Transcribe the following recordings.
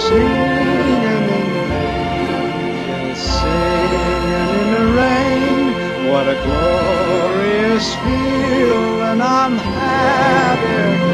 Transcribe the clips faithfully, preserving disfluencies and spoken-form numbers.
singing in the rain, just singing in the rain. What a glorious feeling, I'm happy.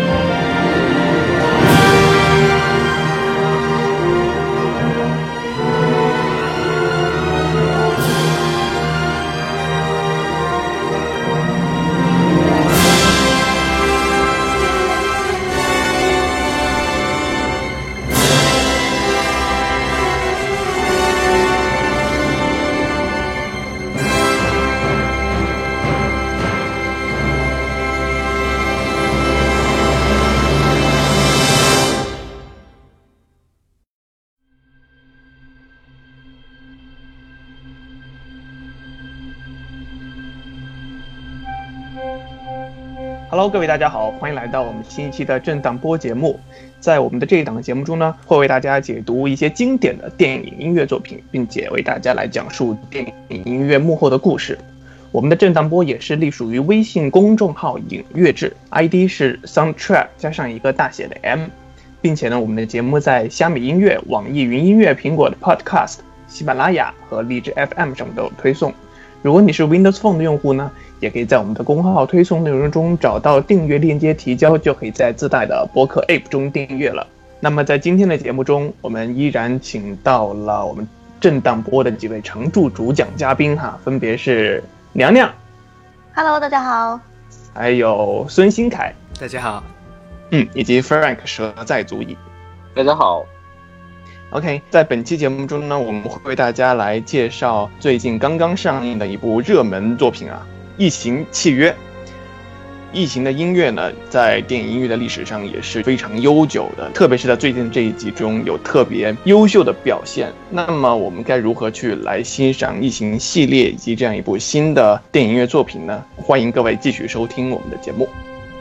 Hello， 各位大家好，欢迎来到我们新一期的震荡波节目。在我们的这一档节目中呢，会为大家解读一些经典的电影音乐作品，并且为大家来讲述电影音乐幕后的故事。我们的震荡波也是隶属于微信公众号影乐志 ，I D 是 Soundtrack 加上一个大写的 M， 并且呢，我们的节目在虾米音乐、网易云音乐、苹果的 Podcast、喜马拉雅和荔枝 F M 上都有推送。如果你是 Windows Phone 的用户呢，也可以在我们的公号推送内容中找到订阅链接提交，就可以在自带的播客 App 中订阅了。那么在今天的节目中，我们依然请到了我们震荡波的几位常驻主讲嘉宾哈，分别是娘娘 Hello 大家好， 还有孙新凯大家好， 嗯，以及 Frank 蛇在足矣大家好。 OK， 在本期节目中呢，我们会为大家来介绍最近刚刚上映的一部热门作品啊，《异形契约》。异形的音乐呢，在电影音乐的历史上也是非常悠久的，特别是在最近这一集中有特别优秀的表现。那么我们该如何去来欣赏异形系列以及这样一部新的电影音乐作品呢？欢迎各位继续收听我们的节目。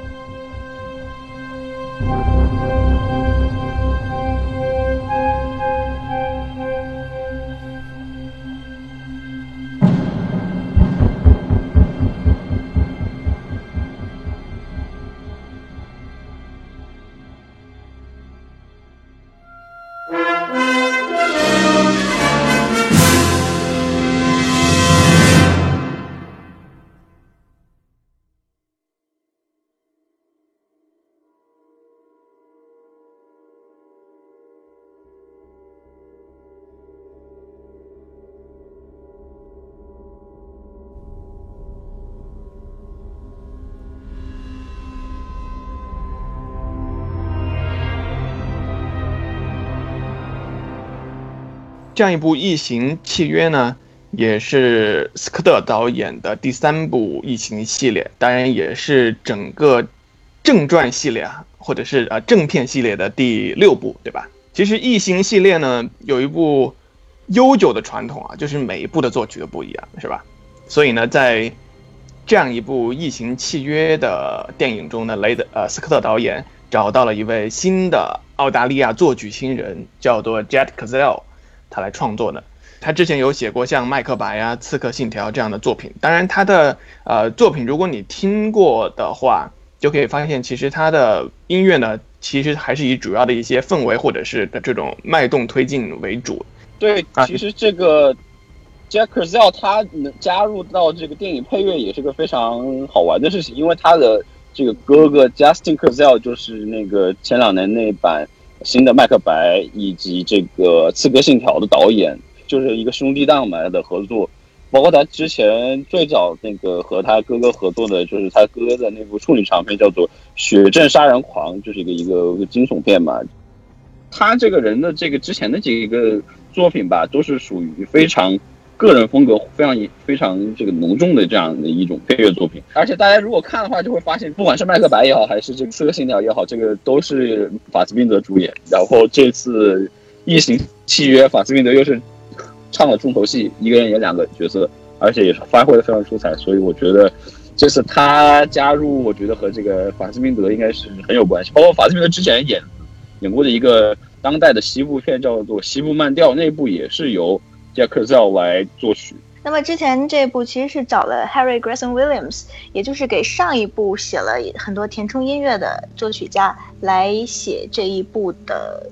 这样一部《异形契约》呢，也是斯科特导演的第三部异形系列，当然也是整个正传系列啊，或者是呃正片系列的第六部，对吧？其实异形系列呢有一部悠久的传统啊，就是每一部的作曲都不一样，是吧？所以呢，在这样一部《异形契约》的电影中呢，雷德呃斯科特导演找到了一位新的澳大利亚作曲新人，叫做 Jet Cazale。他来创作的，他之前有写过像《麦克白》啊、《刺客信条》这样的作品。当然，他的呃作品，如果你听过的话，就可以发现，其实他的音乐呢，其实还是以主要的一些氛围或者是的这种脉动推进为主。 对，其实这个 Jack Cazale 他能加入到这个电影配乐，也是个非常好玩的事情，因为他的这个哥哥 Justin Cazale 就是那个前两年那版新的麦克白以及这个刺客信条的导演，就是一个兄弟档嘛的合作，包括他之前最早那个和他哥哥合作的，就是他哥哥的那部处女长片叫做《血阵杀人狂》，就是一个一个一个惊悚片嘛。他这个人的这个之前的几个作品吧，都是属于非常个人风格非常非常这个浓重的这样的一种配乐作品。而且大家如果看的话，就会发现，不管是麦克白也好，还是这个刺客信条也好，这个都是法斯宾德主演。然后这次异形契约，法斯宾德又是唱了重头戏，一个人演两个角色，而且也是发挥的非常出彩。所以我觉得这次他加入，我觉得和这个法斯宾德应该是很有关系。包括法斯宾德之前演演过的一个当代的西部片叫做《西部慢调》，那部也是由Jack Cazale来作曲。 那么之前这部其实是找了 Harry Gregson Williams， 也就是给上一部写了很多填充音乐的作曲家来写这一部的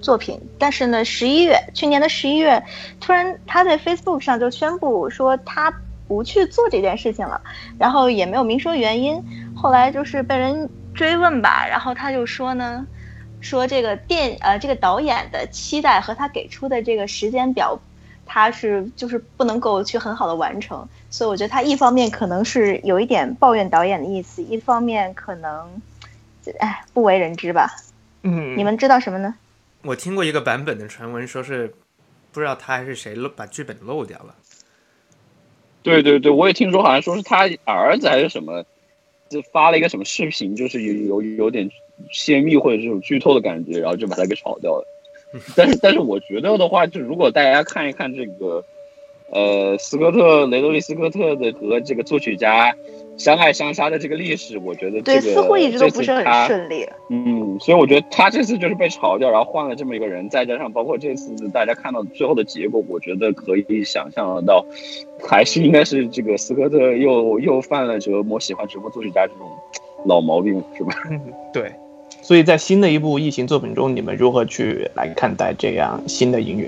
作品，但是呢，十一月去年的十一月，突然他在 Facebook 上就宣布说他不去做这件事情了，然后也没有明说原因。后来就是被人追问吧，然后他就说呢，说这个电呃这个导演的期待和他给出的这个时间表，他是就是不能够去很好的完成，所以我觉得他一方面可能是有一点抱怨导演的意思，一方面可能，哎，不为人知吧。 嗯， 你们知道什么呢？ 我听过一个版本的传闻，说是不知道他还是谁漏把剧本漏掉了。 对对对，我也听说，好像说是他儿子还是什么，就发了一个什么视频，就是有有有点泄密或者这种剧透的感觉，然后就把他给炒掉了。但是但是我觉得的话，就如果大家看一看这个，呃，斯科特雷德利斯科特的和这个作曲家相爱相杀的这个历史，我觉得这个对似乎一直都不是很顺利。 嗯，所以我觉得他这次就是被炒掉，然后换了这么一个人，再加上包括这次大家看到最后的结果，我觉得可以想象得到，还是应该是这个斯科特又又犯了折磨喜欢折磨作曲家这种老毛病，是吧？ 嗯，对。所以在新的一部异形作品中，你们如何去来看待这样新的音乐？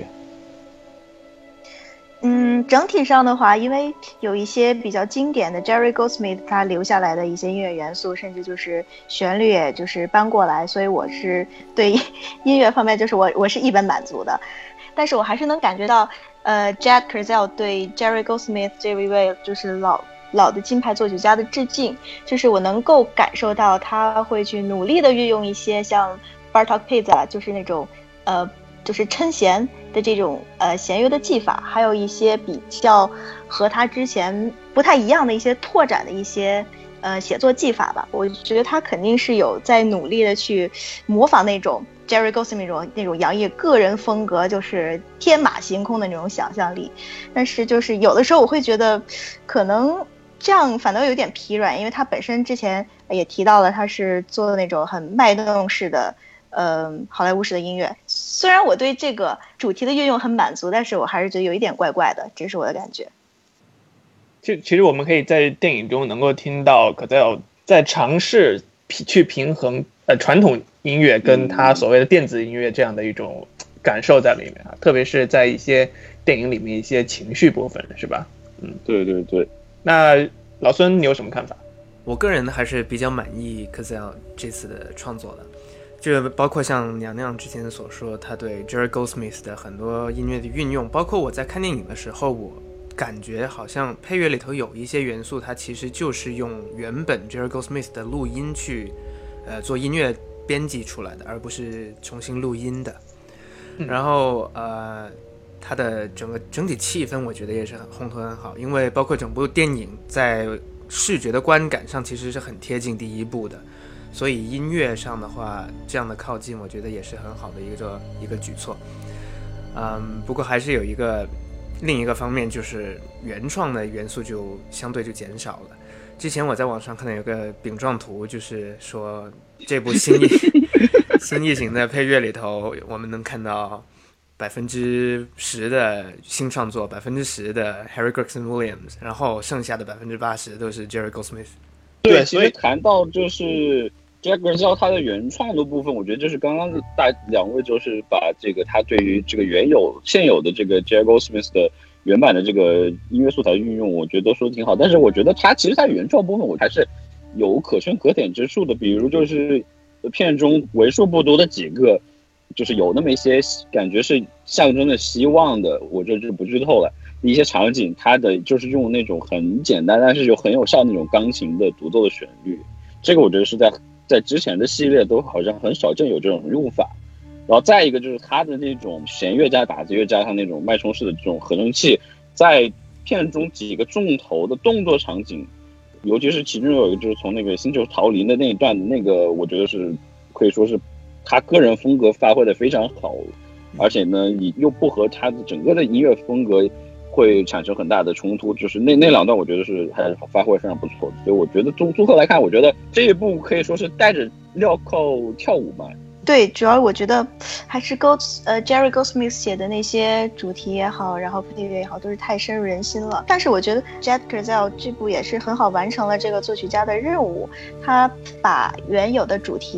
嗯，整体上的话，因为有一些比较经典的 Jerry Goldsmith 他留下来的一些音乐元素，甚至就是旋律也就是搬过来，所以我是对音乐方面就是我我是一本满足的。但是我还是能感觉到，呃 Jack Kersell 对 Jerry Goldsmith 这一位就是老老的金牌作曲家的致敬，就是我能够感受到他会去努力的运用一些像 Bartok Pizza 就是那种呃就是称弦的这种呃弦乐的技法，还有一些比较和他之前不太一样的一些拓展的一些呃写作技法吧。我觉得他肯定是有在努力的去模仿那种 Jerry Goldsmith 那种那种洋溢个人风格，就是天马行空的那种想象力。但是就是有的时候我会觉得可能这样反倒有点疲软，因为他本身之前也提到了他是做那种很脉动式的呃好莱坞式的音乐。虽然我对这个主题的运用很满足，但是我还是觉得有一点怪怪的，这是我的感觉。 其其实我们可以在电影中能够听到可在在尝试去平衡呃传统音乐跟他所谓的电子音乐这样的一种感受在里面啊，特别是在一些电影里面一些情绪部分，是吧？嗯， 对对对。 那老孙你有什么看法？ 我个人还是比较满意科泽尔这次的创作的，就包括像娘娘之前所说，他对 Jerry Goldsmith 的很多音乐的运用，包括我在看电影的时候，我感觉好像配乐里头有一些元素，它其实就是用原本 Jerry Goldsmith 的录音去呃做音乐编辑出来的，而不是重新录音的。然后呃它的整个整体气氛我觉得也是很烘托很好，因为包括整部电影在视觉的观感上其实是很贴近第一部的，所以音乐上的话这样的靠近我觉得也是很好的一个一个举措。嗯，不过还是有一个另一个方面，就是原创的元素就相对就减少了。之前我在网上看到有个饼状图，就是说这部新异新异形的配乐里头，我们能看到百分之十的新创作，百分之十的 Harry Gregson Williams， 然后剩下的百分之八十都是 Jerry Goldsmith。 对，其实谈到就是 Jack Kersell 他的原创的部分，我觉得就是刚刚大两位就是把这个他对于这个原有现有的这个 Jerry Goldsmith 的原版的这个音乐素材运用，我觉得都说得挺好。但是我觉得他其实他原创部分我还是有可圈可点之处的，比如就是片中为数不多的几个。就是有那么一些感觉是象征着希望的，我这就不剧透了。一些场景，它的就是用那种很简单，但是又很有效那种钢琴的独奏的旋律，这个我觉得是在在之前的系列都好像很少见有这种用法。然后再一个就是它的那种弦乐加打击乐加上那种脉冲式的这种合成器，在片中几个重头的动作场景，尤其是其中有一个就是从那个星球逃离的那一段的那个，我觉得是可以说是。他个人风格发挥的非常好，而且呢，你又不和他的整个的音乐风格会产生很大的冲突，就是那那两段我觉得是还是发挥非常不错的，所以我觉得综综合来看，我觉得这一部可以说是带着镣铐跳舞嘛。 对，主要我觉得还是 Golds 呃 Jerry Goldsmith 写的那些主题也好，然后配乐也好，都是太深入人心了。但是我觉得 Jack Kersell 这部也是很好完成了这个作曲家的任务，他把原有的主题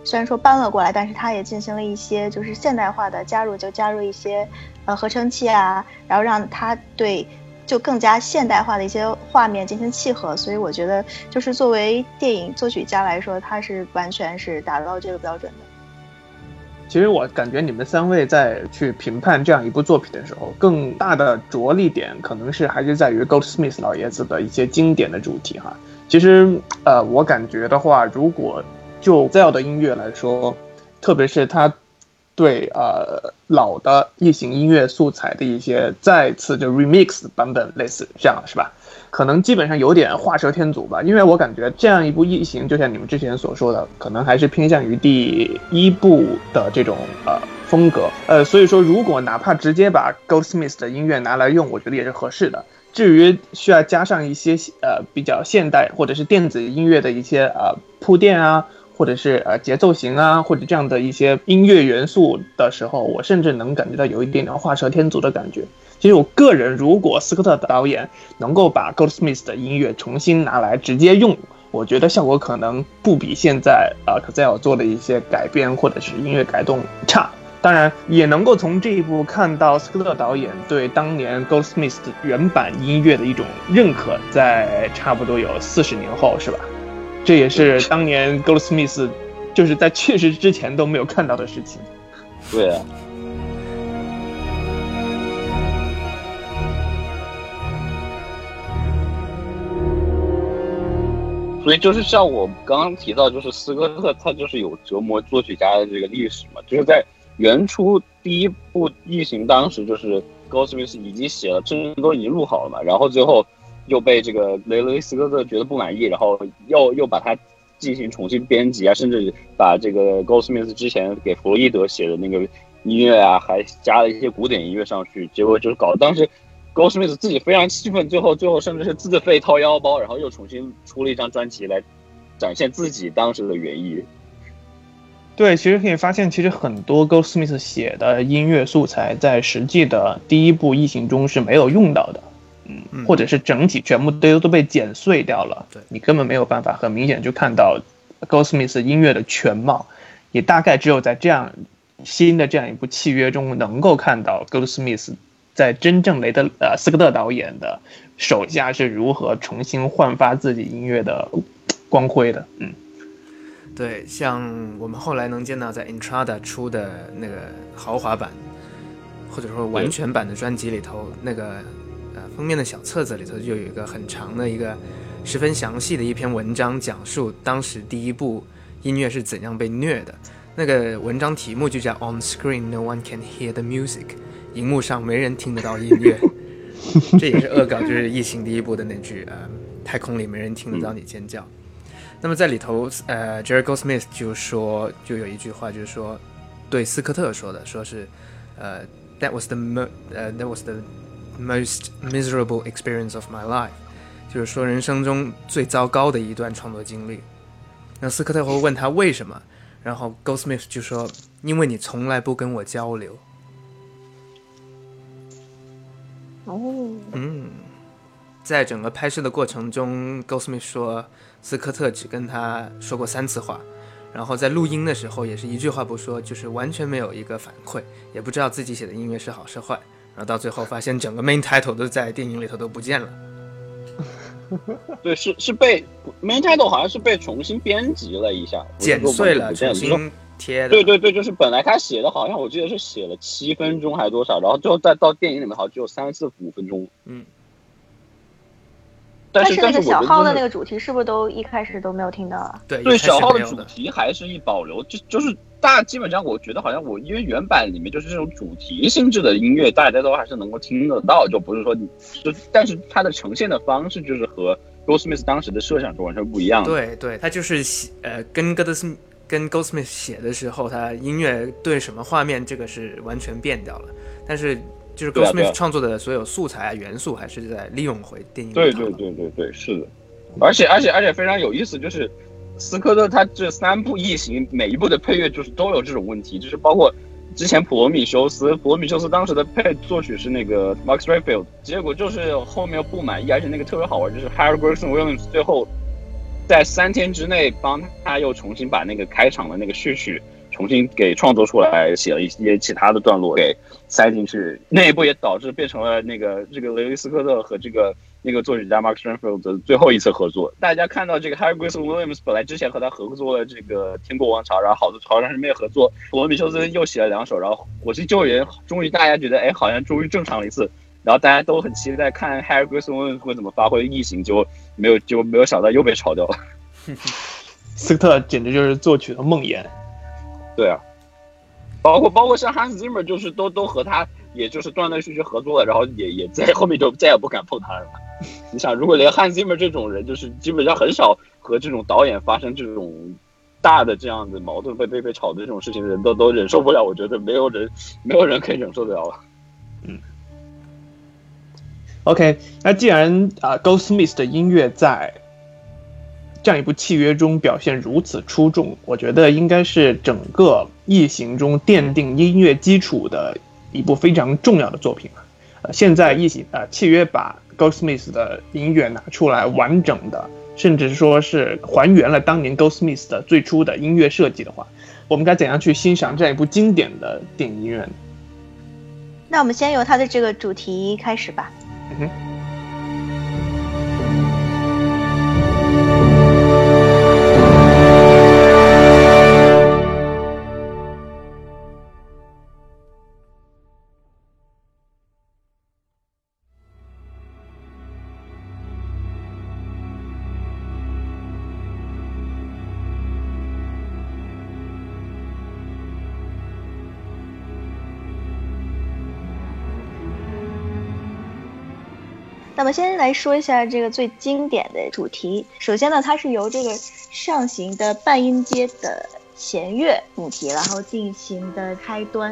虽然说搬了过来，但是他也进行了一些就是现代化的加入，就加入一些呃合成器啊，然后让它对就更加现代化的一些画面进行契合。所以我觉得就是作为电影作曲家来说，他是完全是达到这个标准的。 其实我感觉你们三位在去评判这样一部作品的时候，更大的着力点可能是还是在于 Goldsmith 老爷子的一些经典的主题哈。其实呃，我感觉的话，如果就 Zell 的音乐来说，特别是他对呃老的异形音乐素材的一些再次就 remix 版本，类似这样是吧？可能基本上有点画蛇添足吧，因为我感觉这样一部异形，就像你们之前所说的，可能还是偏向于第一部的这种呃风格，呃，所以说如果哪怕直接把 Goldsmith 的音乐拿来用，我觉得也是合适的。至于需要加上一些呃比较现代或者是电子音乐的一些呃铺垫啊，或者是呃节奏型啊，或者这样的一些音乐元素的时候，我甚至能感觉到有一点点画蛇添足的感觉。其实我个人，如果斯科特导演能够把 Goldsmith 的音乐重新拿来直接用，我觉得效果可能不比现在呃 Cazale 做的一些改编或者是音乐改动差。当然也能够从这一部看到斯科特导演对当年 Goldsmith 原版音乐的一种认可，在差不多有四十年后，是吧？这也是当年 Goldsmith 就是在去世之前都没有看到的事情。 对啊。所以就是像我刚刚提到，就是斯科特他就是有折磨作曲家的这个历史嘛，就是在原初第一部异形当时就是 Goldsmith 已经写了，甚至都已经录好了嘛，然后最后又被这个雷雷斯科特觉得不满意，然后又又把它进行重新编辑啊，甚至把这个 Goldsmith 之前给弗洛伊德写的那个音乐啊，还加了一些古典音乐上去，结果就是搞当时Goldsmith 自己非常气愤，最后最后甚至是自费掏腰包，然后又重新出了一张专辑来展现自己当时的原意。 对，其实可以发现，其实很多 Goldsmith 写的音乐素材在实际的第一部异形中是没有用到的，嗯，或者是整体全部都都被剪碎掉了，对，你根本没有办法很明显就看到 Goldsmith 音乐的全貌，也大概只有在这样新的这样一部契约中能够看到 Goldsmith在真正雷德呃斯科特导演的手下是如何重新焕发自己音乐的光辉的。嗯， 对，像我们后来能见到在 Intrada 出的那个豪华版，或者说完全版的专辑里头，那个呃封面的小册子里头就有一个很长的一个十分详细的一篇文章，讲述当时第一部音乐是怎样被虐的。那个文章题目就叫 On Screen No One Can Hear the Music。荧幕上没人听得到音乐，这也是恶搞，就是异形第一部的那句呃，太空里没人听得到你尖叫。那么在里头，呃 ，Jerry Goldsmith 就说，就有一句话，就是说对斯科特说的，说是呃 ，That was the mo 呃、uh, That was the most miserable experience of my life， 就是说人生中最糟糕的一段创作经历。那斯科特会问他为什么，然后 Goldsmith 就说，因为你从来不跟我交流。 哦， 嗯，在整个拍摄的过程中 Goldsmith 说斯科特只跟他说过三次话，然后在录音的时候也是一句话不说，就是完全没有一个反馈，也不知道自己写的音乐是好是坏，然后到最后发现整个 main title 都在电影里头都不见了。 对，是是被 main title 好像是被重新编辑了一下， 剪碎了，重新贴的。 对对对，就是本来他写的好像我记得是写了七分钟还是多少，然后最后再到电影里面好像只有三四五分钟。 嗯。 但是那个小号的那个主题是不是都一开始都没有听到啊？ 对对，小号的主题还是一保留，就就是大基本上我觉得好像我因为原版里面就是这种主题性质的音乐，大家都还是能够听得到，就不是说你就，但是它的呈现的方式就是和 Goldsmith 当时的设想是完全不一样的。 对对，他就是呃跟 Goldsmith 跟 Goldsmith 写的时候，他音乐对什么画面这个是完全变掉了，但是就是 Goldsmith 创作的所有素材啊元素还是在利用回电影里头。 对对对对对，是的。而且而且而且非常有意思，就是斯科特他这三部异形每一部的配乐就是都有这种问题，就是包括之前普罗米修斯，普罗米修斯当时的配作曲是那个 Max Rayfield， 结果就是后面又不满意，而且那个特别好玩，就是 Harold Wilson Williams 最后在三天之内帮他又重新把那个开场的那个序曲重新给创作出来，写了一些其他的段落给塞进去，那一步也导致变成了那个这个雷利斯科特和这个那个作曲家 Mark Strenfield 的最后一次合作。大家看到这个 Harry Gregson Williams 本来之前和他合作了这个《天国王朝》，然后好多好长时间没合作，普罗米修斯又写了两首，然后火星救援终于大家觉得哎好像终于正常了一次，然后大家都很期待看 Harry Gregson Williams 会怎么发挥异形，就没有就没有想到又被炒掉了。 斯科特简直就是作曲的梦魇。 对啊，包括包括像 Hans Zimmer 就是都都和他也就是断断续续合作了，然后也也在后面就再也不敢碰他了。你想，如果连 Hans Zimmer 这种人，就是基本上很少和这种导演发生这种大的这样的矛盾被被被炒的这种事情的人都都忍受不了，我觉得没有人没有人可以忍受得了了。 嗯。OK， 那既然啊、呃、Goldsmith 的音乐在这样一部契约中表现如此出众，我觉得应该是整个异形中奠定音乐基础的一部非常重要的作品了。呃，现在异形呃契约把 Goldsmith 的音乐拿出来完整的，甚至说是还原了当年 Goldsmith 的最初的音乐设计的话，我们该怎样去欣赏这样一部经典的电影音乐呢？ 那我们先由它的这个主题开始吧。 嗯哼。 那么先来说一下这个最经典的主题。首先呢，它是由这个上行的半音阶的弦乐母题，然后进行的开端。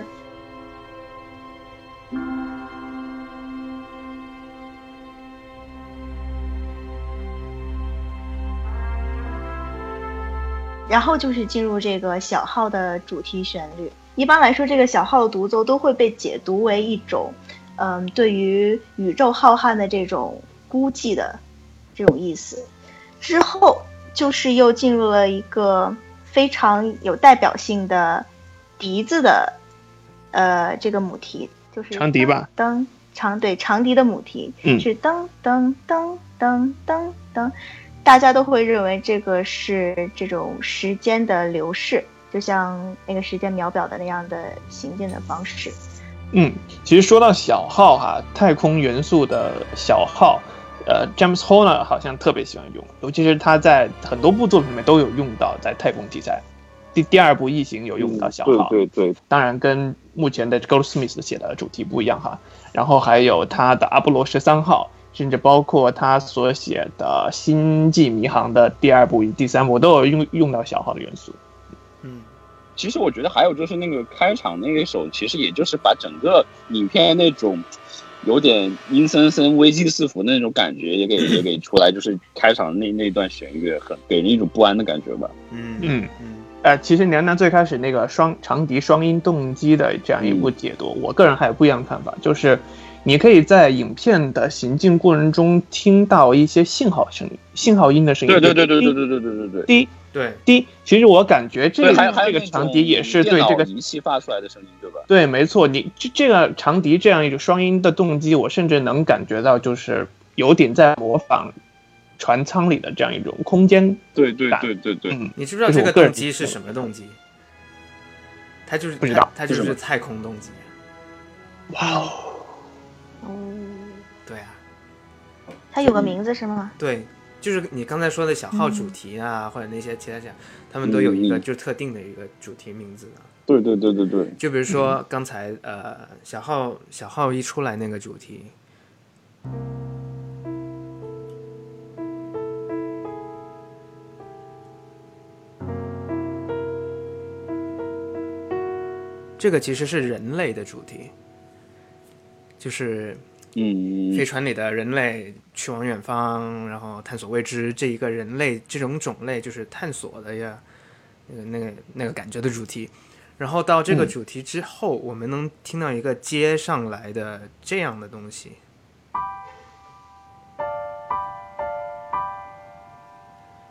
然后就是进入这个小号的主题旋律。一般来说，这个小号的独奏都会被解读为一种嗯，对于宇宙浩瀚的这种估计的这种意思。之后就是又进入了一个非常有代表性的笛子的呃这个母题，就是长笛吧， 噔长对长笛的母题、嗯、是噔噔噔噔噔噔，大家都会认为这个是这种时间的流逝，就像那个时间秒表的那样的行进的方式。 嗯，其实说到小号哈，太空元素的小号，呃 ，James Horner 好像特别喜欢用，尤其是他在很多部作品里面都有用到，在太空题材。第第二部《异形》有用到小号， 嗯、对对对， 当然跟目前的 Goldsmith 写的主题不一样哈。然后还有他的阿波罗十三号，甚至包括他所写的《星际迷航》的第二部与第三部都有用用到小号的元素。 嗯。其实我觉得还有就是那个开场那一首，其实也就是把整个影片那种有点阴森森、危机四伏的那种感觉也给也给出来，就是开场那那段弦乐很给人一种不安的感觉吧。 嗯嗯嗯。呃，其实娘娘最开始那个双长笛双音动机的这样一部解读、嗯，我个人还有不一样的看法，就是你可以在影片的行进过程中听到一些信号声音、信号音的声音。 对对对对对对对对对对。 第一。 对， 第一，其实我感觉这个这个长笛也是对这个仪器发出来的声音，对吧？ 对，没错，你这这个长笛这样一种双音的动机，我甚至能感觉到，就是有点在模仿船舱里的这样一种空间感。 对对对对对。 嗯，你知不知道这个动机是什么动机？它就是不知道， 它就是太空动机。 哇哦！ 哦， 对啊， 它有个名字是吗？ 对。就是你刚才说的小号主题啊、嗯，或者那些其他讲，他们都有一个就是特定的一个主题名字的。 对对对对对。 就比如说刚才、嗯、呃小号小号一出来那个主题，这个其实是人类的主题，就是。 嗯， 飞船里的人类去往远方，然后探索未知，这一个人类这种种类就是探索的呀，那个那个那个感觉的主题。然后到这个主题之后、嗯、我们能听到一个接上来的这样的东西。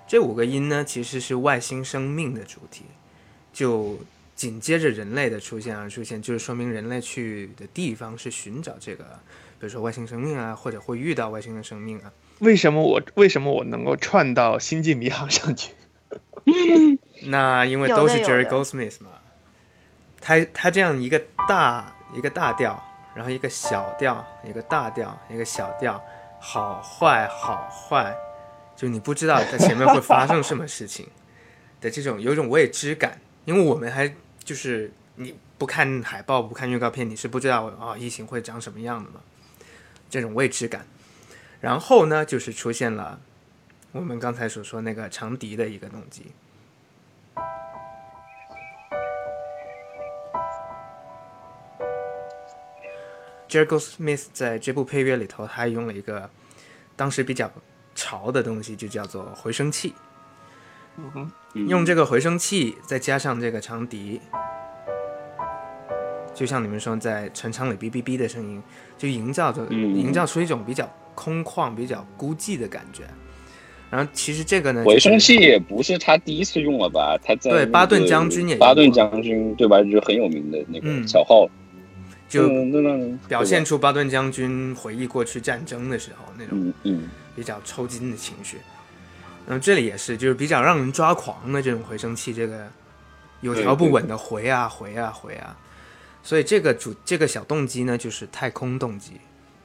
这五个音呢，其实是外星生命的主题，就紧接着人类的出现而出现，就是说明人类去的地方是寻找这个，比如说外星生命啊，或者会遇到外星的生命啊。 为什么我为什么我能够串到星际迷航上去？ 那因为都是有的 Jerry 有的 Goldsmith 嘛，他他这样一个大一个大调，然后一个小调，一个大调，一个小调，好坏好坏，就你不知道在前面会发生什么事情的这种有一种未知感，因为我们还就是你不看海报不看预告片，你是不知道啊、哦、异形会长什么样的嘛，这种未知感。然后呢，就是出现了我们刚才所说那个长笛的一个动机。Jerry Goldsmith 在这部配乐里头，他用了一个当时比较潮的东西，就叫做回声器。 嗯哼， 用这个回声器再加上这个长笛，就像你们说在船舱里哔哔哔的声音，就营造着营造出一种比较空旷、比较孤寂的感觉。然后其实这个呢， 回声器也不是他第一次用了吧？他在、那个、 对巴顿将军也用巴顿将军对吧？就是很有名的那个小号。嗯就表现出巴顿将军回忆过去战争的时候那种比较抽筋的情绪。那么这里也是，就是比较让人抓狂的这种回声器，这个有条不紊的回啊回啊回啊。所以这个主这个小动机呢，就是太空动机。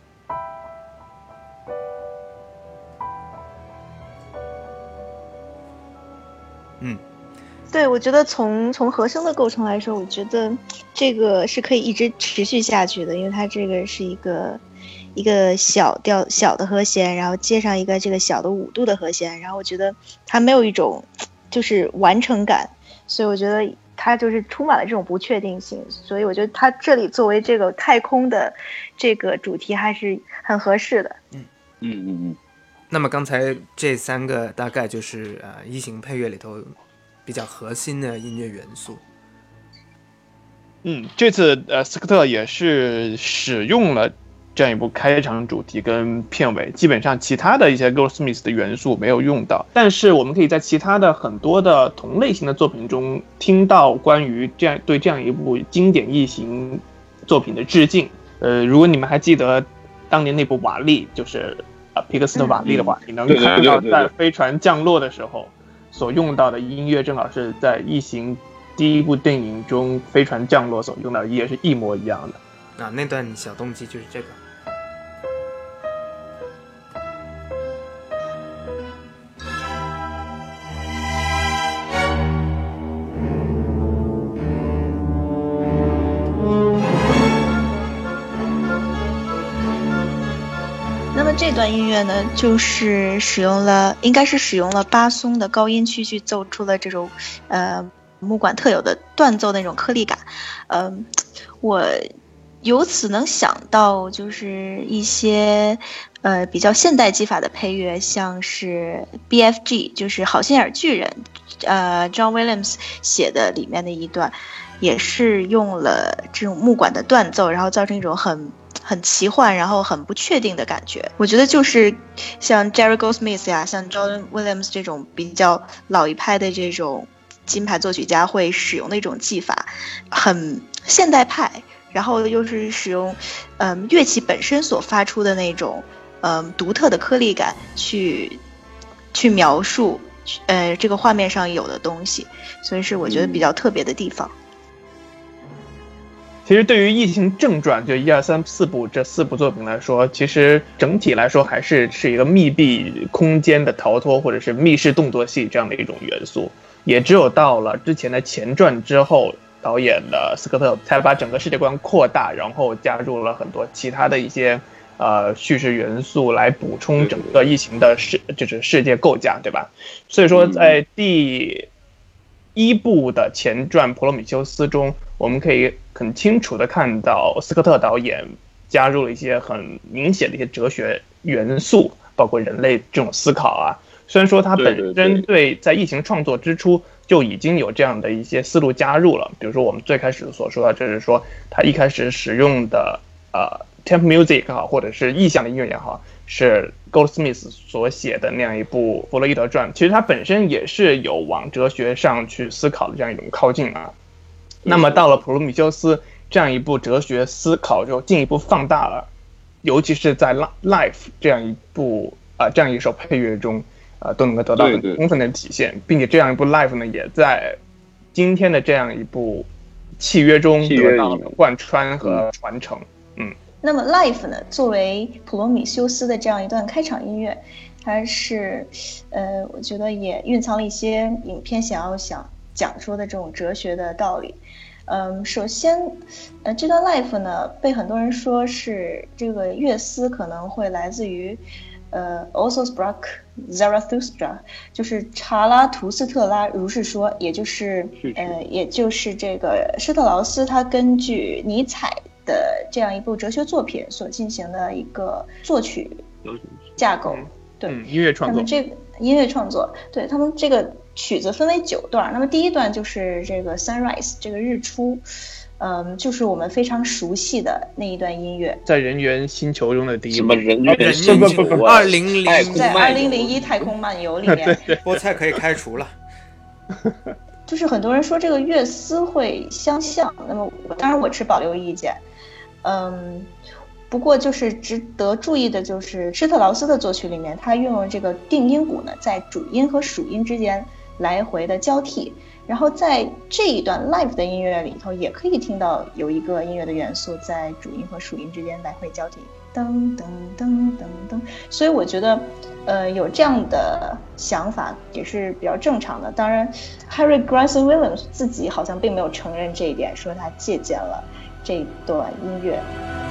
嗯。 对，我觉得从从和声的构成来说，我觉得这个是可以一直持续下去的，因为它这个是一个一个小调小的和弦，然后接上一个这个小的五度的和弦，然后我觉得它没有一种就是完成感，所以我觉得它就是充满了这种不确定性，所以我觉得它这里作为这个太空的这个主题还是很合适的。 嗯嗯嗯嗯。 那么刚才这三个大概就是呃异形配乐里头比较核心的音乐元素。 嗯，这次呃斯科特也是使用了这样一部开场主题跟片尾，基本上其他的一些 Goldsmith 的元素没有用到，但是我们可以在其他的很多的同类型的作品中听到关于这样对这样一部经典异形作品的致敬。呃，如果你们还记得当年那部瓦力，就是呃皮克斯的瓦力的话，嗯、你能看到在飞船降落的时候所用到的音乐正好是在异形第一部电影中飞船降落所用到的音乐是一模一样的啊，那段小动机就是这个。 那么这段音乐呢，就是使用了，应该是使用了巴松的高音区去奏出了这种，呃，木管特有的断奏那种颗粒感。嗯、呃，我由此能想到，就是一些呃比较现代技法的配乐，像是 B F G， 就是好心眼巨人，呃 ，John Williams 写的里面的一段，也是用了这种木管的断奏，然后造成一种很。很奇幻，然后很不确定的感觉。我觉得就是像 Jerry Goldsmith 呀，像 John Williams 这种比较老一派的这种金牌作曲家会使用的一种技法，很现代派，然后又是使用嗯乐器本身所发出的那种嗯独特的颗粒感去去描述呃这个画面上有的东西，所以是我觉得比较特别的地方。 其实对于异形正传就一二三四部这四部作品来说，其实整体来说还是是一个密闭空间的逃脱或者是密室动作戏这样的一种元素，也只有到了之前的前传之后，导演的斯科特才把整个世界观扩大，然后加入了很多其他的一些呃叙事元素来补充整个异形的世就是世界构架，对吧？所以说在第一部的前传《普罗米修斯》中，我们可以很清楚地看到斯科特导演加入了一些很明显的一些哲学元素，包括人类这种思考啊。虽然说他本身对在异形创作之初就已经有这样的一些思路加入了，比如说我们最开始所说的，就是说他一开始使用的呃 temp music 也好，或者是意象的音乐也好，是 Goldsmith 所写的那样一部《弗洛伊德传》，其实它本身也是有往哲学上去思考的这样一种靠近啊。那么到了普罗米修斯这样一部哲学思考就进一步放大了，尤其是在 Life 这样一部啊、呃、这样一首配乐中，呃都能够得到很充分的体现，并且这样一部 Life 呢也在今天的这样一部契约中得到了贯穿和传承。嗯， 那么 Life 呢，作为普罗米修斯的这样一段开场音乐，它是呃我觉得也蕴藏了一些影片想要想讲说的这种哲学的道理。嗯，首先，呃，这段 Life 呢，被很多人说是这个乐思可能会来自于，呃 ，Also Sprach Zarathustra， 就是查拉图斯特拉如是说，也就是，呃，也就是这个施特劳斯他根据尼采的这样一部哲学作品所进行的一个作曲架构， 嗯、 对、 嗯，音乐创作， 他们这个音乐创作，对他们这个。曲子分为九段，那么第一段就是这个 Sunrise 这个日出，嗯，就是我们非常熟悉的那一段音乐， 在人猿星球中的第一什么人猿星球二零零在二零零一太空漫游里面， 对对， 菠菜可以开除了。 就是很多人说这个乐思会相像，那么当然我持保留意见，嗯。不过就是值得注意的就是施特劳斯的作曲里面，他运用这个定音鼓呢，在主音和属音之间来回的交替，然后在这一段 live 的音乐里头，也可以听到有一个音乐的元素在主音和属音之间来回交替，噔噔噔噔噔。所以我觉得，呃，有这样的想法也是比较正常的。当然 ，Harry Gregson Williams 自己好像并没有承认这一点，说他借鉴了这段音乐。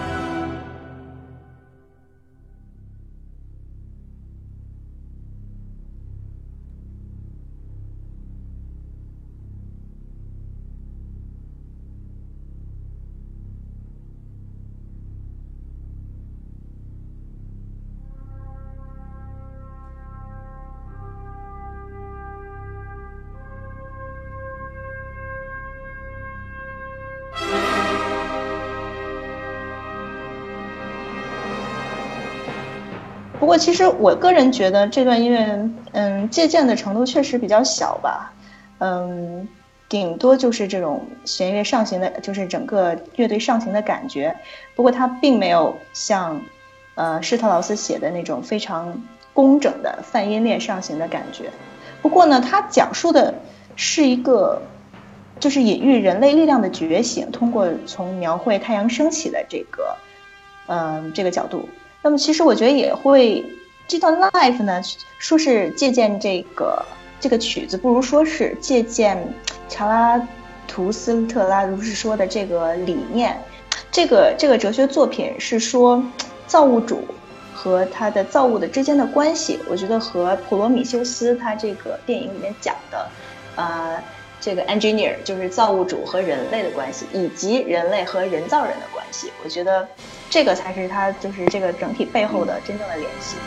不过其实我个人觉得这段音乐嗯借鉴的程度确实比较小吧，嗯顶多就是这种弦乐上行的，就是整个乐队上行的感觉。不过它并没有像呃施特劳斯写的那种非常工整的泛音链上行的感觉。不过呢，它讲述的是一个就是隐喻人类力量的觉醒，通过从描绘太阳升起的这个嗯、呃、这个角度。那么其实我觉得也会这段 live 呢，说是借鉴这个这个曲子，不如说是借鉴查拉图斯特拉如是说的这个理念。这个这个哲学作品是说造物主和他的造物的之间的关系，我觉得和普罗米修斯他这个电影里面讲的呃这个 engineer 就是造物主和人类的关系，以及人类和人造人的关系，我觉得这个才是它就是这个整体背后的真正的联系。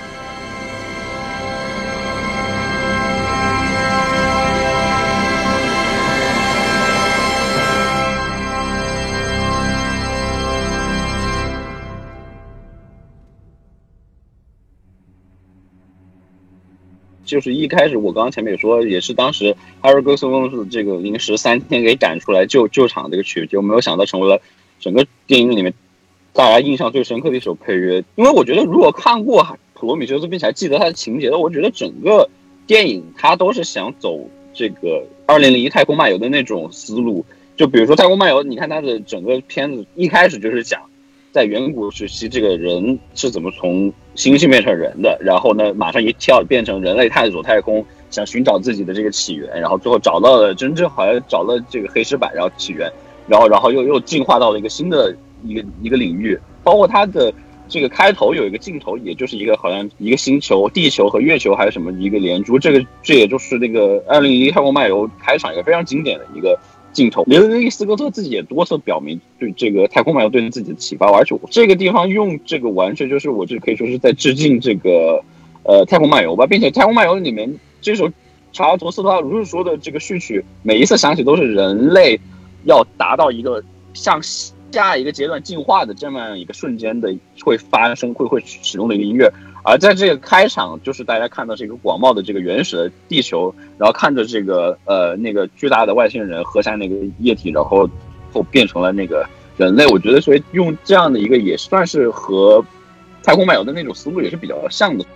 就是一开始我刚刚前面也说，也是当时 Harry Gregson Williams 这个临时三天给赶出来救救场这个曲，就没有想到成为了整个电影里面大家印象最深刻的一首配乐。因为我觉得如果看过普罗米修斯并且还记得他的情节的，我觉得整个电影它都是想走这个二零零一太空漫游的那种思路。就比如说太空漫游，你看它的整个片子一开始就是讲在远古时期这个人是怎么从猩猩变成人的，然后呢马上一跳变成人类探索太空，想寻找自己的这个起源，然后最后找到了真正好像找了这个黑石板，然后起源，然后然后又又进化到了一个新的一个一个领域。包括它的这个开头有一个镜头，也就是一个好像一个星球地球和月球还是什么一个连珠，这个这也就是那个二零零一太空漫游开场一个非常经典的一个镜头。雷德利·斯科特自己也多次表明对这个太空漫游对自己的启发，而且这个地方用这个完全就是我这可以说是在致敬这个呃太空漫游吧，并且太空漫游里面这首查拉图斯特拉如是说的这个序曲，每一次响起都是人类要达到一个像下一个阶段进化的这么样一个瞬间的会发生会会使用的一个音乐。而在这个开场，就是大家看到是一个广袤的这个原始的地球，然后看着这个呃那个巨大的外星人喝下那个液体，然后后变成了那个人类。我觉得所以用这样的一个也算是和太空漫游的那种思路也是比较像的。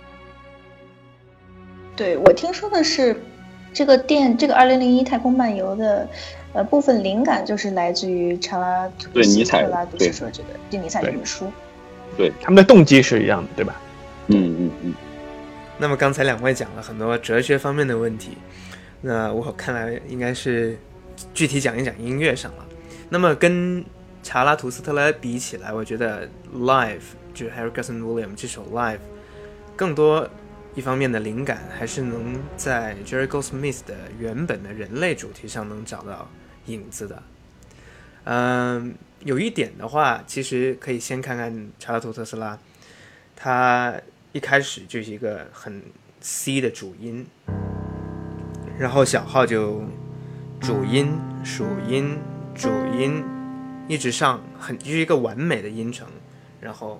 对，我听说的是这个电这个二零零一太空漫游的呃部分灵感就是来自于查拉图斯特拉杜斯设计的对尼采这本书。 对， 他们的动机是一样的，对吧？ 嗯嗯嗯。 那么刚才两位讲了很多哲学方面的问题，那我看来应该是具体讲一讲音乐上了。那么跟查拉图斯特拉比起来，我觉得 Live 就是 Harry Gregson Williams 这首 Live 更多一方面的灵感还是能在 Jerry Goldsmith 的原本的人类主题上能找到影子的。嗯，有一点的话，其实可以先看看查拉图特斯拉，他一开始就是一个很 C 的主音，然后小号就主音、属音、主音，一直上，很就是一个完美的音程，然后，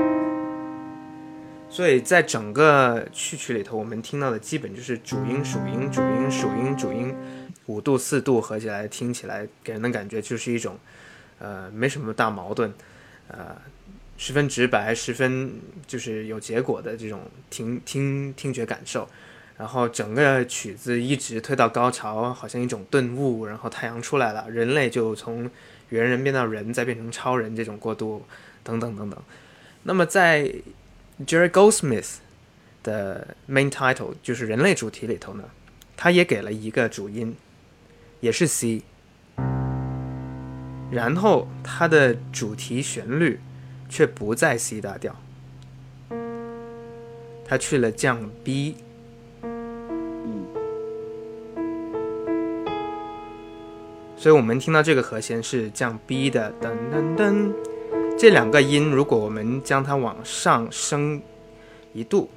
所以在整个序曲里头，我们听到的基本就是主音、属音、主音、属音、主音，五度、四度合起来，听起来给人的感觉就是一种，呃，没什么大矛盾，呃。十分直白，十分就是有结果的这种听听听觉感受，然后整个曲子一直推到高潮，好像一种顿悟，然后太阳出来了，人类就从猿人变到人，再变成超人这种过渡，等等等等。那么在 Jerry Goldsmith 的 main title 就是人类主题里头呢，他也给了一个主音，也是 C， 然后他的主题旋律却不在 C 大调，他去了降 B， 所以我们听到这个和弦是降 B 的噔噔噔。这两个音如果我们将它往上升一度，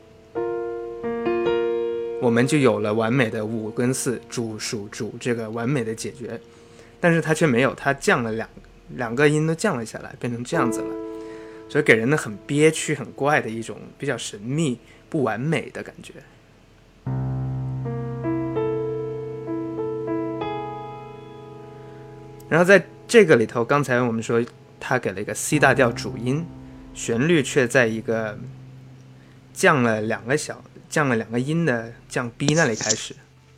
我们就有了完美的五跟四主属主这个完美的解决，但是它却没有，它降了两两个音都降了下来，变成这样子了，所以给人的很憋屈很怪的一种比较神秘不完美的感觉。然后在这个里头，刚才我们说他给了一个 C 大调主音，旋律却在一个降了两个小降了两个音的降 B 那里开始，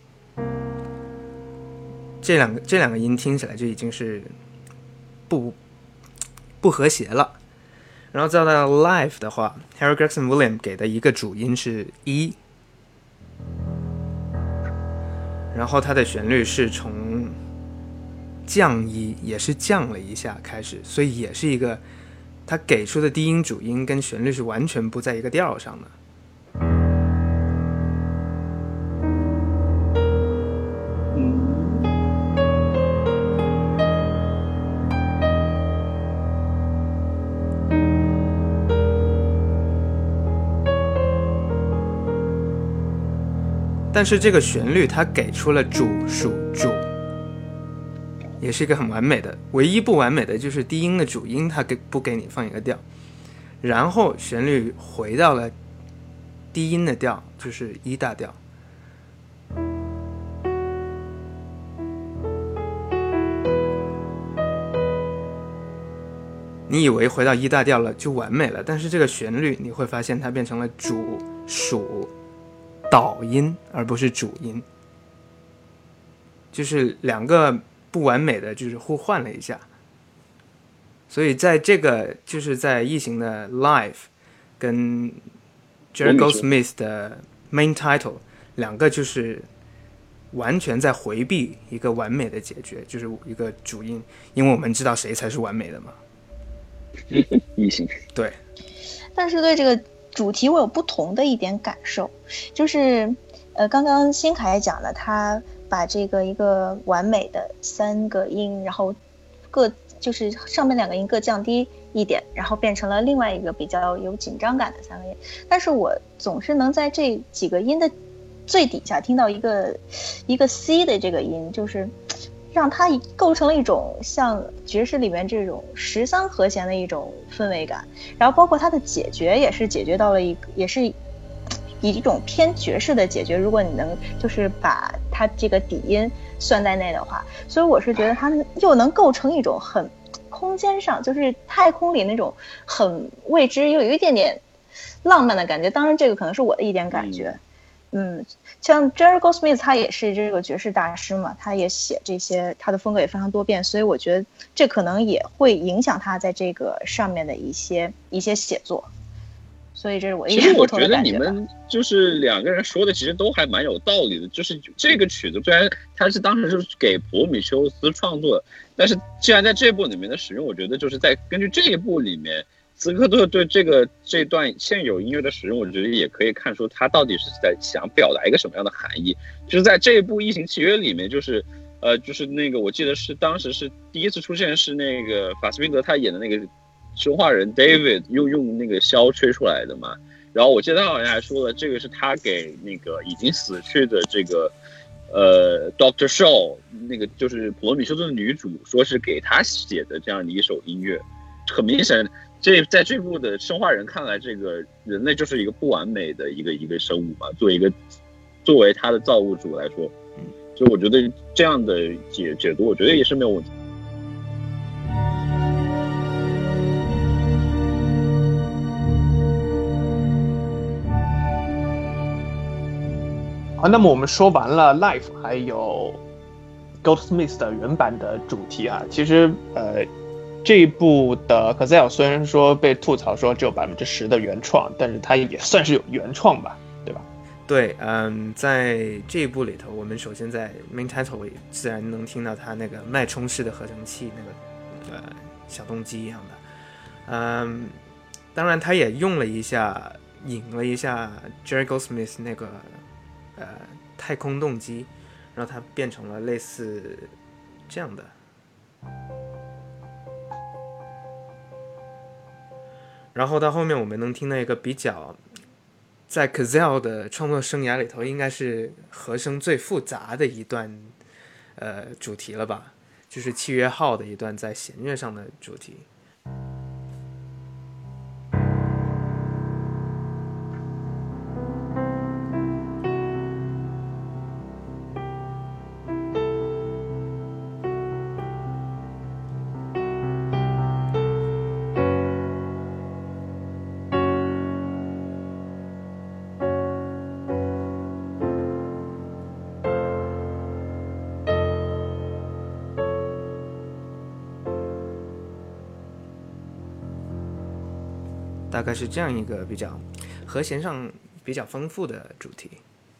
这两个这两个音听起来就已经是不不和谐了。然后再到 Live 的话， Harry Gregson Williams 给的一个主音是 E， 然后它的旋律是从降一也是降了一下开始，所以也是一个它给出的低音主音跟旋律是完全不在一个调上的。但是这个旋律它给出了主属主，也是一个很完美的，唯一不完美的就是低音的主音它给不给你放一个调，然后旋律回到了低音的调，就是 E 大调。你以为回到 E 大调了就完美了，但是这个旋律你会发现它变成了主属导音而不是主音，就是两个不完美的就是互换了一下。所以在这个就是在异形的 Live 跟 Jerry Goldsmith 的 main title 两个就是完全在回避一个完美的解决，就是一个主音，因为我们知道谁才是完美的嘛。 异形对， 但是对这个主题我有不同的一点感受，就是呃，刚刚新凯讲了，他把这个一个完美的三个音，然后各就是上面两个音各降低一点，然后变成了另外一个比较有紧张感的三个音，但是我总是能在这几个音的最底下听到一个一个 C 的这个音，就是让它构成了一种像爵士里面这种十三和弦的一种氛围感，然后包括它的解决也是解决到了一个，也是以一种偏爵士的解决，如果你能就是把它这个底音算在内的话，所以我是觉得它又能构成一种很空间上，就是太空里那种很未知又有一点点浪漫的感觉，当然这个可能是我的一点感觉。嗯，像 Jerry Goldsmith 他也是这个爵士大师嘛，他也写这些，他的风格也非常多变，所以我觉得这可能也会影响他在这个上面的一些一些写作。所以这是我一点不同的感觉。 其实我觉得你们就是两个人说的其实都还蛮有道理的，就是这个曲子虽然它是当时是给普罗米修斯创作的，但是既然在这部里面的使用，我觉得就是在根据这一部里面斯科特对这个这段现有音乐的使用，我觉得也可以看出他到底是在想表达一个什么样的含义。就是在这一部《异形契约》里面，就是呃，就是那个我记得是当时是第一次出现是那个法斯宾德他演的那个生化人 David 又用那个箫吹出来的嘛。然后我记得他好像还说了，这个是他给那个已经死去的这个呃 Doctor Shaw 那个就是普罗米修斯的女主，说是给他写的这样的一首音乐。很明显。这在这部的生化人看来，这个人类就是一个不完美的一个一个生物嘛，作为一个作为他的造物主来说，嗯，所以我觉得这样的解解读，我觉得也是没有问题。 好，那么我们说完了 Life 还有 Goldsmith 的原版的主题啊，其实呃。这一部的 Cazale 虽然说被吐槽说只有百分之十的原创，但是它也算是有原创吧，对吧？ 对，嗯，在这一部里头，我们首先在 main title 里自然能听到它那个脉冲式的合成器，那个呃小动机一样的，嗯，当然他也用了一下，引了一下 Jerry Goldsmith 那个呃太空动机，让它变成了类似这样的。然后到后面我们能听到一个比较在 Cazale 的创作生涯里头应该是和声最复杂的一段呃主题了吧，就是契约号的一段在弦乐上的主题。大概是这样一个比较和弦上比较丰富的主题，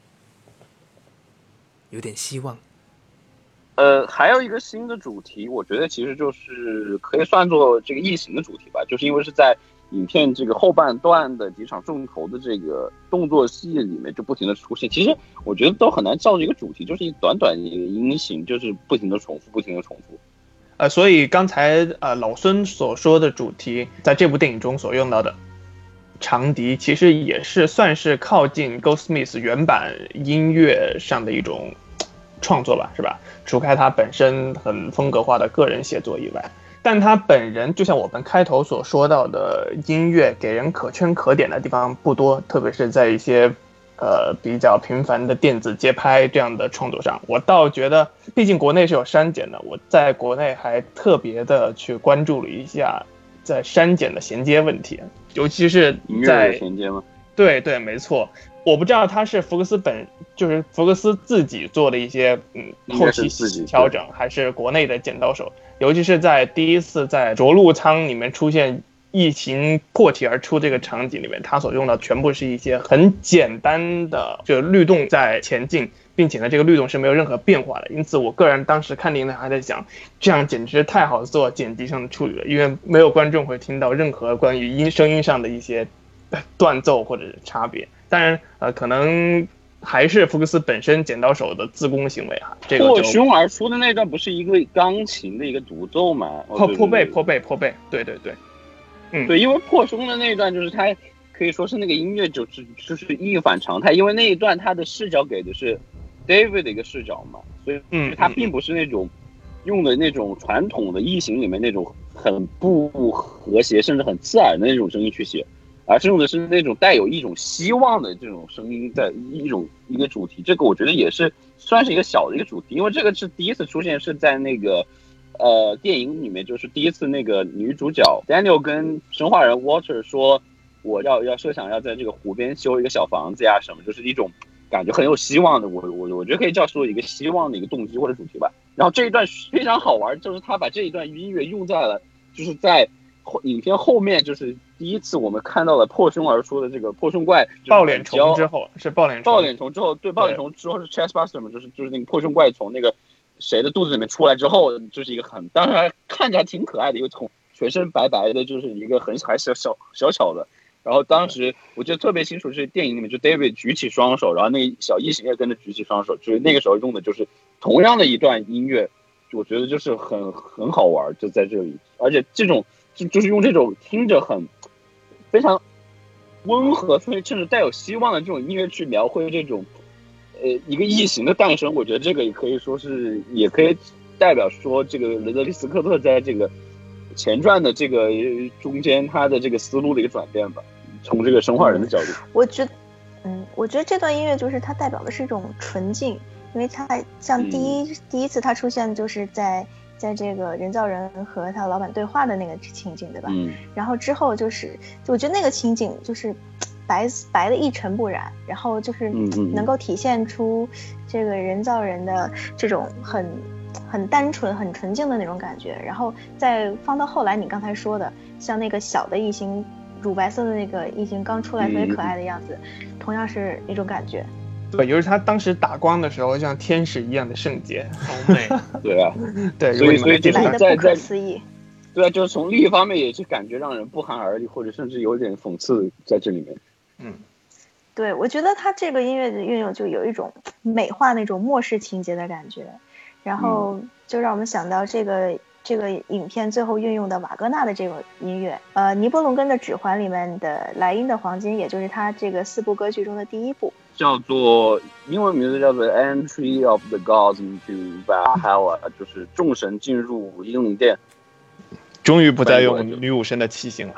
有点希望。 呃，还有一个新的主题，我觉得其实就是可以算作这个异形的主题吧，就是因为是在影片这个后半段的几场重头的这个动作戏里面就不停的出现。其实我觉得都很难造这个主题，就是一短短的一个音型，就是不停的重复，不停的重复。 呃，所以刚才呃老孙所说的主题，在这部电影中所用到的长笛，其实也是算是靠近 Goldsmith 原版音乐上的一种创作吧，是吧？除开他本身很风格化的个人写作以外，但他本人就像我们开头所说到的，音乐给人可圈可点的地方不多，特别是在一些呃比较频繁的电子节拍这样的创作上，我倒觉得，毕竟国内是有删减的，我在国内还特别的去关注了一下在删减的衔接问题，尤其是在衔接吗？ 对对，没错。我不知道他是福克斯本就是福克斯自己做的一些嗯后期调整，还是国内的剪刀手，尤其是在第一次在着陆舱里面出现异形破体而出这个场景里面，他所用的全部是一些很简单的就律动在前进，并且呢这个律动是没有任何变化的，因此我个人当时看电影还在想，这样简直太好做剪辑上的处理了，因为没有观众会听到任何关于音声音上的一些断奏或者是差别。当然呃可能还是福克斯本身剪刀手的自宫行为哈，这个破胸而出的那段不是一个钢琴的一个独奏吗？ 破破背破背破背，对对对， 嗯，对，因为破胸的那一段就是他可以说是那个音乐就是就是一反常态，因为那一段他的视角给的是 David 的一个视角嘛，所以他并不是那种用的那种传统的异形里面那种很不和谐甚至很刺耳的那种声音去写，而是用的是那种带有一种希望的这种声音，在一种一个主题。这个我觉得也是算是一个小的一个主题，因为这个是第一次出现，是在那个呃电影里面，就是第一次那个女主角 Daniel 跟生化人 Walter 说我要要设想要在这个湖边修一个小房子呀什么，就是一种感觉很有希望的，我我我觉得可以叫说一个希望的一个动机或者主题吧。然后这一段非常好玩，就是他把这一段音乐用在了，就是在后影片后面，就是第一次我们看到了破胸而出的这个破胸怪爆脸虫之后是爆脸虫， 爆脸虫之后对爆脸虫之后是 Chestbuster 嘛，就是就是那个破胸怪从那个谁的肚子里面出来之后，就是一个很当然看着还挺可爱的一个从全身白白的，就是一个很还小小小巧的。然后当时我记得特别清楚，是电影里面就 David 举起双手，然后那个小异形也跟着举起双手，就是那个时候用的就是同样的一段音乐，我觉得就是很很好玩，就在这里，而且这种就就是用这种听着很非常温和，甚至带有希望的这种音乐去描绘这种呃一个异形的诞生，我觉得这个也可以说是也可以代表说这个雷德利·斯科特在这个前传的这个中间他的这个思路的一个转变吧，从这个生化人的角度， 我觉得，嗯，我觉得这段音乐就是它代表的是一种纯净，因为它像第一、嗯、第一次它出现就是在在这个人造人和他老板对话的那个情景，对吧？嗯。然后之后就是，我觉得那个情景就是白白的一尘不染，然后就是能够体现出这个人造人的这种很。很单纯很纯净的那种感觉，然后再放到后来你刚才说的像那个小的异形乳白色的那个异形刚出来特别可爱的样子、嗯、同样是一种感觉。 对，尤其他当时打光的时候像天使一样的圣洁好美对啊对， 所以所以就是在不可思议。 对啊，就是从另一方面也是感觉让人不寒而栗，或者甚至有点讽刺在这里面。 嗯， 对，我觉得他这个音乐的运用就有一种美化那种末世情节的感觉，然后就让我们想到这个、嗯、这个影片最后运用的瓦格纳的这个音乐，呃，尼伯龙根的《指环》里面的莱茵的黄金，也就是他这个四部歌剧中的第一部， 叫做英文名字叫做 Entry of the Gods into Valhalla， 就是众神进入英灵殿。 终于不再用女武神的器型了。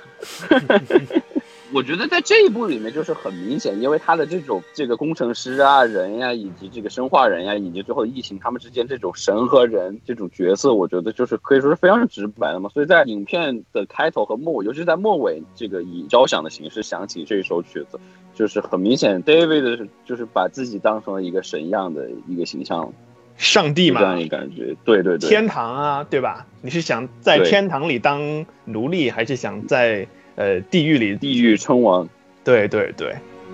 我觉得在这一部里面就是很明显，因为他的这种这个工程师啊人呀、啊、以及这个生化人呀、啊、以及最后异形他们之间这种神和人这种角色，我觉得就是可以说是非常直白的嘛。所以在影片的开头和末尾，尤其是在末尾这个以交响的形式响起这一首曲子，就是很明显 David 就是把自己当成了一个神一样的一个形象， 上帝嘛， 这样一感觉。对对对， 天堂啊，对吧？你是想在天堂里当奴隶，还是想在呃地狱里地狱称王？ 对对对。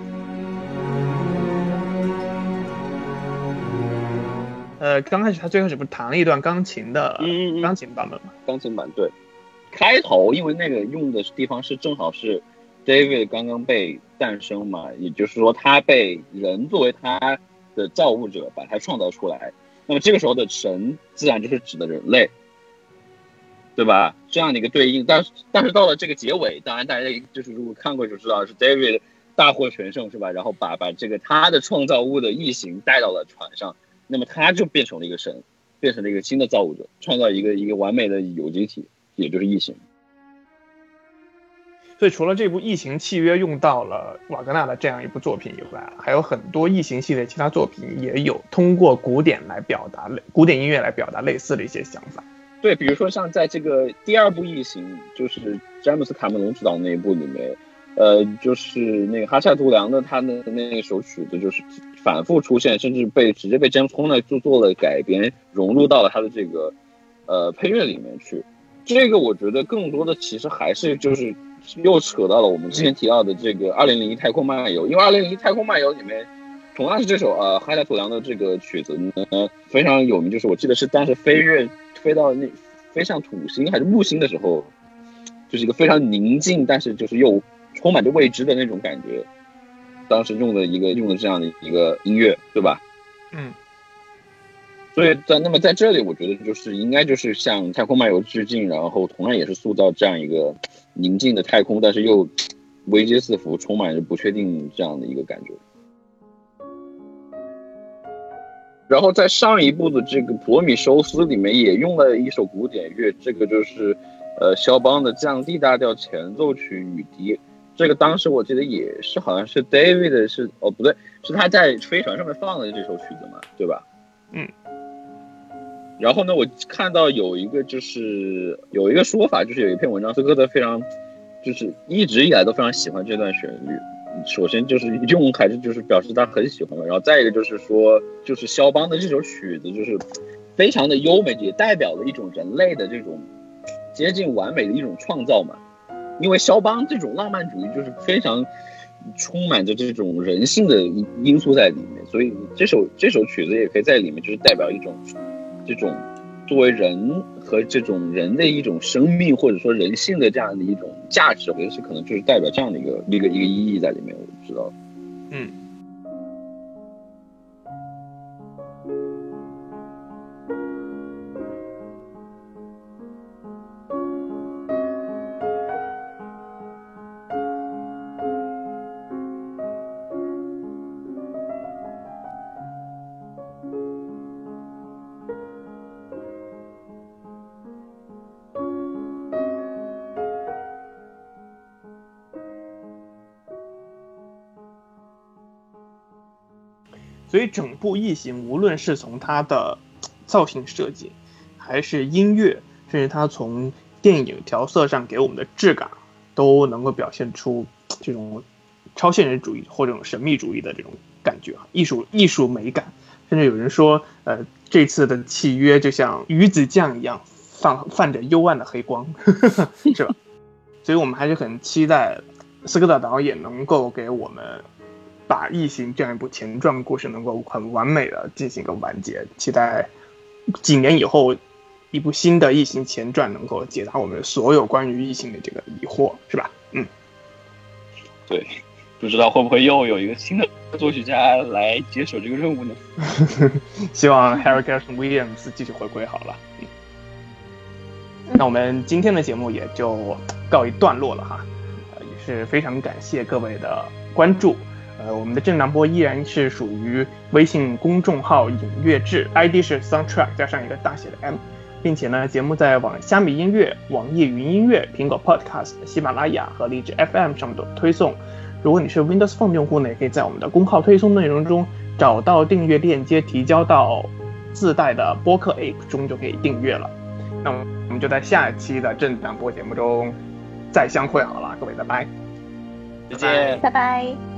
呃，刚开始他最开始不是弹了一段钢琴的嗯钢琴版本吗？ 钢琴版对。开头因为那个用的地方是正好是 David 刚刚被诞生嘛，也就是说他被人作为他的造物者把他创造出来，那么这个时候的神自然就是指的人类，对吧？这样的一个对应，但是但是到了这个结尾，当然大家就是如果看过就知道是 David 大获全胜，是吧？然后把把这个他的创造物的异形带到了船上，那么他就变成了一个神，变成了一个新的造物者，创造一个一个完美的有机体，也就是异形。 所以除了这部《异形契约》用到了瓦格纳的这样一部作品以外，还有很多异形系列其他作品也有通过古典来表达古典音乐来表达类似的一些想法。 对，比如说像在这个第二部异形，就是詹姆斯卡梅隆执导的那一部里面，呃，就是那个哈夏图良的他的那首曲子，就是反复出现，甚至被直接被 James Horner 就做了改编，融入到了他的这个呃配乐里面去。这个我觉得更多的其实还是就是又扯到了我们之前提到的这个二零零一太空漫游，因为二零零一太空漫游里面同样是这首呃哈夏图良的这个曲子呢非常有名，就是我记得是当时飞跃飞到那飞向土星还是木星的时候，就是一个非常宁静但是就是又充满着未知的那种感觉，当时用的一个用的这样的一个音乐，对吧？ 嗯。 所以在那么在这里我觉得就是应该就是向太空漫游致敬，然后同样也是塑造这样一个宁静的太空但是又危机四伏充满着不确定这样的一个感觉。 然后在上一部的这个《普罗米修斯》里面也用了一首古典乐，这个就是呃肖邦的降 D 大调前奏曲雨笛。这个当时我记得也是好像是 David 是哦不对，是他在飞船上面放的这首曲子嘛，对吧？ 嗯。 然后呢，我看到有一个就是有一个说法，就是有一篇文章，斯科特非常就是一直以来都非常喜欢这段旋律。首先就是用还是就是表示他很喜欢嘛，然后再一个就是说，就是肖邦的这首曲子就是非常的优美，也代表了一种人类的这种接近完美的一种创造嘛。因为肖邦这种浪漫主义就是非常充满着这种人性的因素在里面，所以这首这首曲子也可以在里面就是代表一种这种作为人和这种人的一种生命或者说人性的这样的一种价值，我觉得是可能就是代表这样的一个一个一个意义在里面，我不知道。 嗯。所以整部异形无论是从它的造型设计还是音乐，甚至它从电影调色上给我们的质感，都能够表现出这种超现实主义或者这种神秘主义的这种感觉，艺术艺术美感。甚至有人说呃，这次的契约就像鱼子酱一样泛泛着幽暗的黑光是吧？所以我们还是很期待斯科特导演能够给我们把异形这样一部前传故事能够很完美的进行一个完结，期待几年以后一部新的异形前传能够解答我们所有关于异形的这个疑惑，是吧？嗯， 对，不知道会不会又有一个新的作曲家来接手这个任务呢？ 希望 Harry Gregson Williams 继续回归好了。嗯，那我们今天的节目也就告一段落了哈，呃，也是非常感谢各位的关注。呃，我们的正当播依然是属于微信公众号影乐志 ，I D 是 Soundtrack 加上一个大写的 M， 并且呢，节目在网虾米音乐、网易云音乐、苹果 Podcast、喜马拉雅和荔枝 F M 上面都推送。如果你是 Windows Phone 用户呢，也可以在我们的公号推送内容中找到订阅链接，提交到自带的播客 App 中就可以订阅了。那我们就在下一期的正当播节目中再相会好了，各位拜拜， 再见， 拜拜。